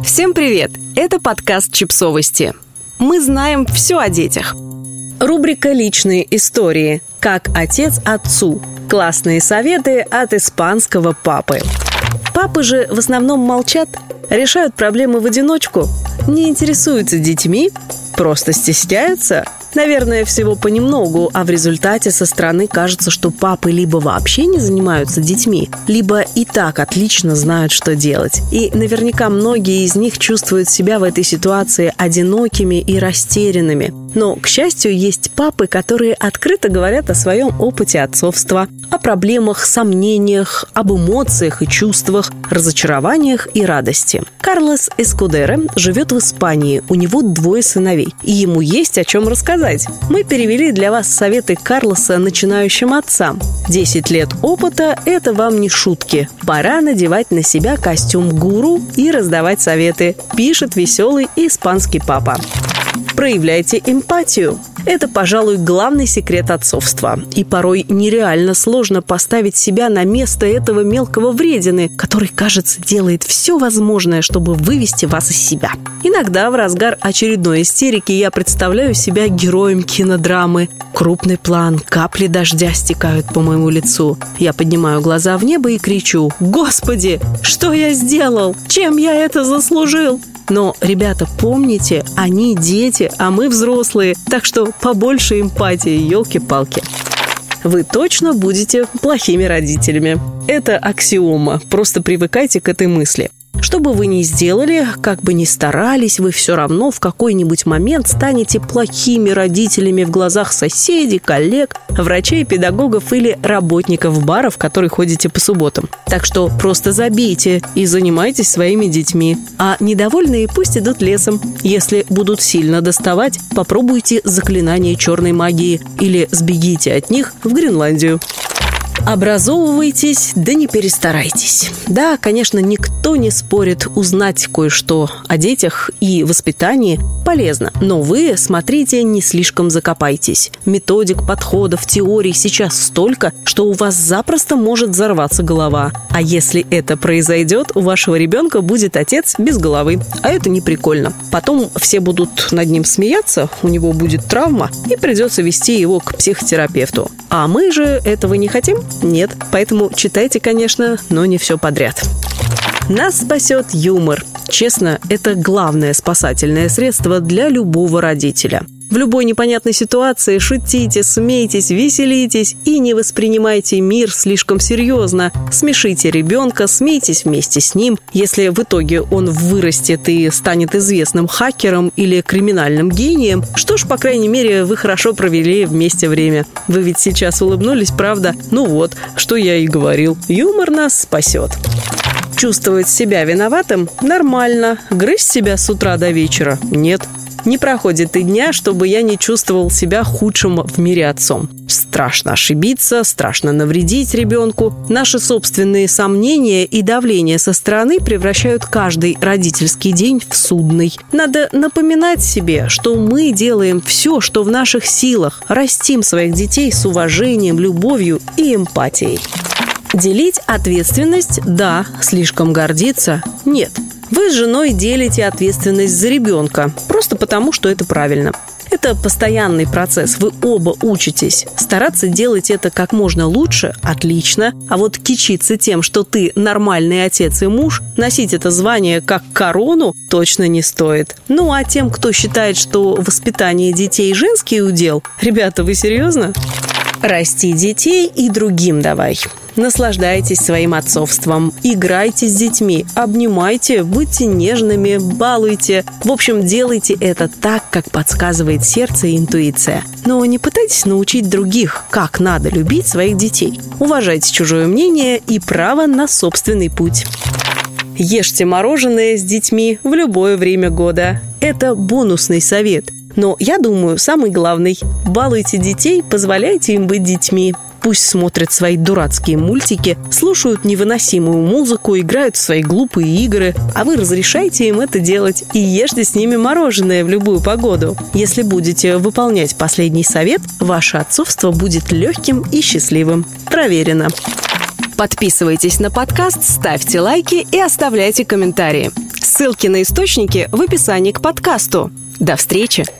Всем привет! Это подкаст «Чипсовости». Мы знаем все о детях. Рубрика «Личные истории». Как отец отцу. Классные советы от испанского папы. Папы же в основном молчат, решают проблемы в одиночку, не интересуются детьми, просто стесняются. Наверное, всего понемногу, а в результате со стороны кажется, что папы либо вообще не занимаются детьми, либо и так отлично знают, что делать. И наверняка многие из них чувствуют себя в этой ситуации одинокими и растерянными. Но, к счастью, есть папы, которые открыто говорят о своем опыте отцовства, о проблемах, сомнениях, об эмоциях и чувствах, разочарованиях и радости. Карлос Эскудеро живет в Испании, у него 2 сыновей, и ему есть о чем рассказать. Мы перевели для вас советы Карлоса начинающим отцам. 10 лет опыта – это вам не шутки. Пора надевать на себя костюм гуру и раздавать советы, пишет веселый испанский папа. Проявляйте эмпатию. Это, пожалуй, главный секрет отцовства. И порой нереально сложно поставить себя на место этого мелкого вредины, который, кажется, делает все возможное, чтобы вывести вас из себя. Иногда в разгар очередной истерики я представляю себя героем кинодрамы. Крупный план, капли дождя стекают по моему лицу. Я поднимаю глаза в небо и кричу: «Господи, что я сделал? Чем я это заслужил?» Но, ребята, помните, они дети, а мы взрослые, так что побольше эмпатии, елки-палки. Вы точно будете плохими родителями. Это аксиома, просто привыкайте к этой мысли. Что бы вы ни сделали, как бы ни старались, вы все равно в какой-нибудь момент станете плохими родителями в глазах соседей, коллег, врачей, педагогов или работников бара, в который ходите по субботам. Так что просто забейте и занимайтесь своими детьми. А недовольные пусть идут лесом. Если будут сильно доставать, попробуйте заклинание черной магии или сбегите от них в Гренландию. Образовывайтесь, да не перестарайтесь. Да, конечно, никто не спорит, узнать кое-что о детях и воспитании полезно. Но вы, смотрите, не слишком закопайтесь. Методик, подходов, теорий сейчас столько, что у вас запросто может взорваться голова. А если это произойдет, у вашего ребенка будет отец без головы. А это не прикольно. Потом все будут над ним смеяться, у него будет травма, и придется вести его к психотерапевту. А мы же этого не хотим? Нет. Поэтому читайте, конечно, но не все подряд. Нас спасет юмор. Честно, это главное спасательное средство для любого родителя. В любой непонятной ситуации шутите, смейтесь, веселитесь и не воспринимайте мир слишком серьезно. Смешите ребенка, смейтесь вместе с ним. Если в итоге он вырастет и станет известным хакером или криминальным гением, что ж, по крайней мере, вы хорошо провели вместе время. Вы ведь сейчас улыбнулись, правда? Ну вот, что я и говорил. Юмор нас спасет. Чувствовать себя виноватым – нормально. Грызть себя с утра до вечера – нет. Не проходит и дня, чтобы я не чувствовал себя худшим в мире отцом. Страшно ошибиться, страшно навредить ребенку. Наши собственные сомнения и давление со стороны превращают каждый родительский день в судный. Надо напоминать себе, что мы делаем все, что в наших силах. Растим своих детей с уважением, любовью и эмпатией. Делить ответственность – да. Слишком гордиться – нет. Вы с женой делите ответственность за ребенка, просто потому, что это правильно. Это постоянный процесс, вы оба учитесь. Стараться делать это как можно лучше – отлично. А вот кичиться тем, что ты нормальный отец и муж, носить это звание как корону точно не стоит. Ну а тем, кто считает, что воспитание детей – женский удел, ребята, вы серьезно? Расти детей и другим давай. Наслаждайтесь своим отцовством, играйте с детьми, обнимайте, будьте нежными, балуйте. В общем, делайте это так, как подсказывает сердце и интуиция. Но не пытайтесь научить других, как надо любить своих детей. Уважайте чужое мнение и право на собственный путь. Ешьте мороженое с детьми в любое время года. Это бонусный совет. Но я думаю, самый главный – балуйте детей, позволяйте им быть детьми. Пусть смотрят свои дурацкие мультики, слушают невыносимую музыку, играют в свои глупые игры, а вы разрешаете им это делать и ешьте с ними мороженое в любую погоду. Если будете выполнять последний совет, ваше отцовство будет легким и счастливым. Проверено. Подписывайтесь на подкаст, ставьте лайки и оставляйте комментарии. Ссылки на источники в описании к подкасту. До встречи!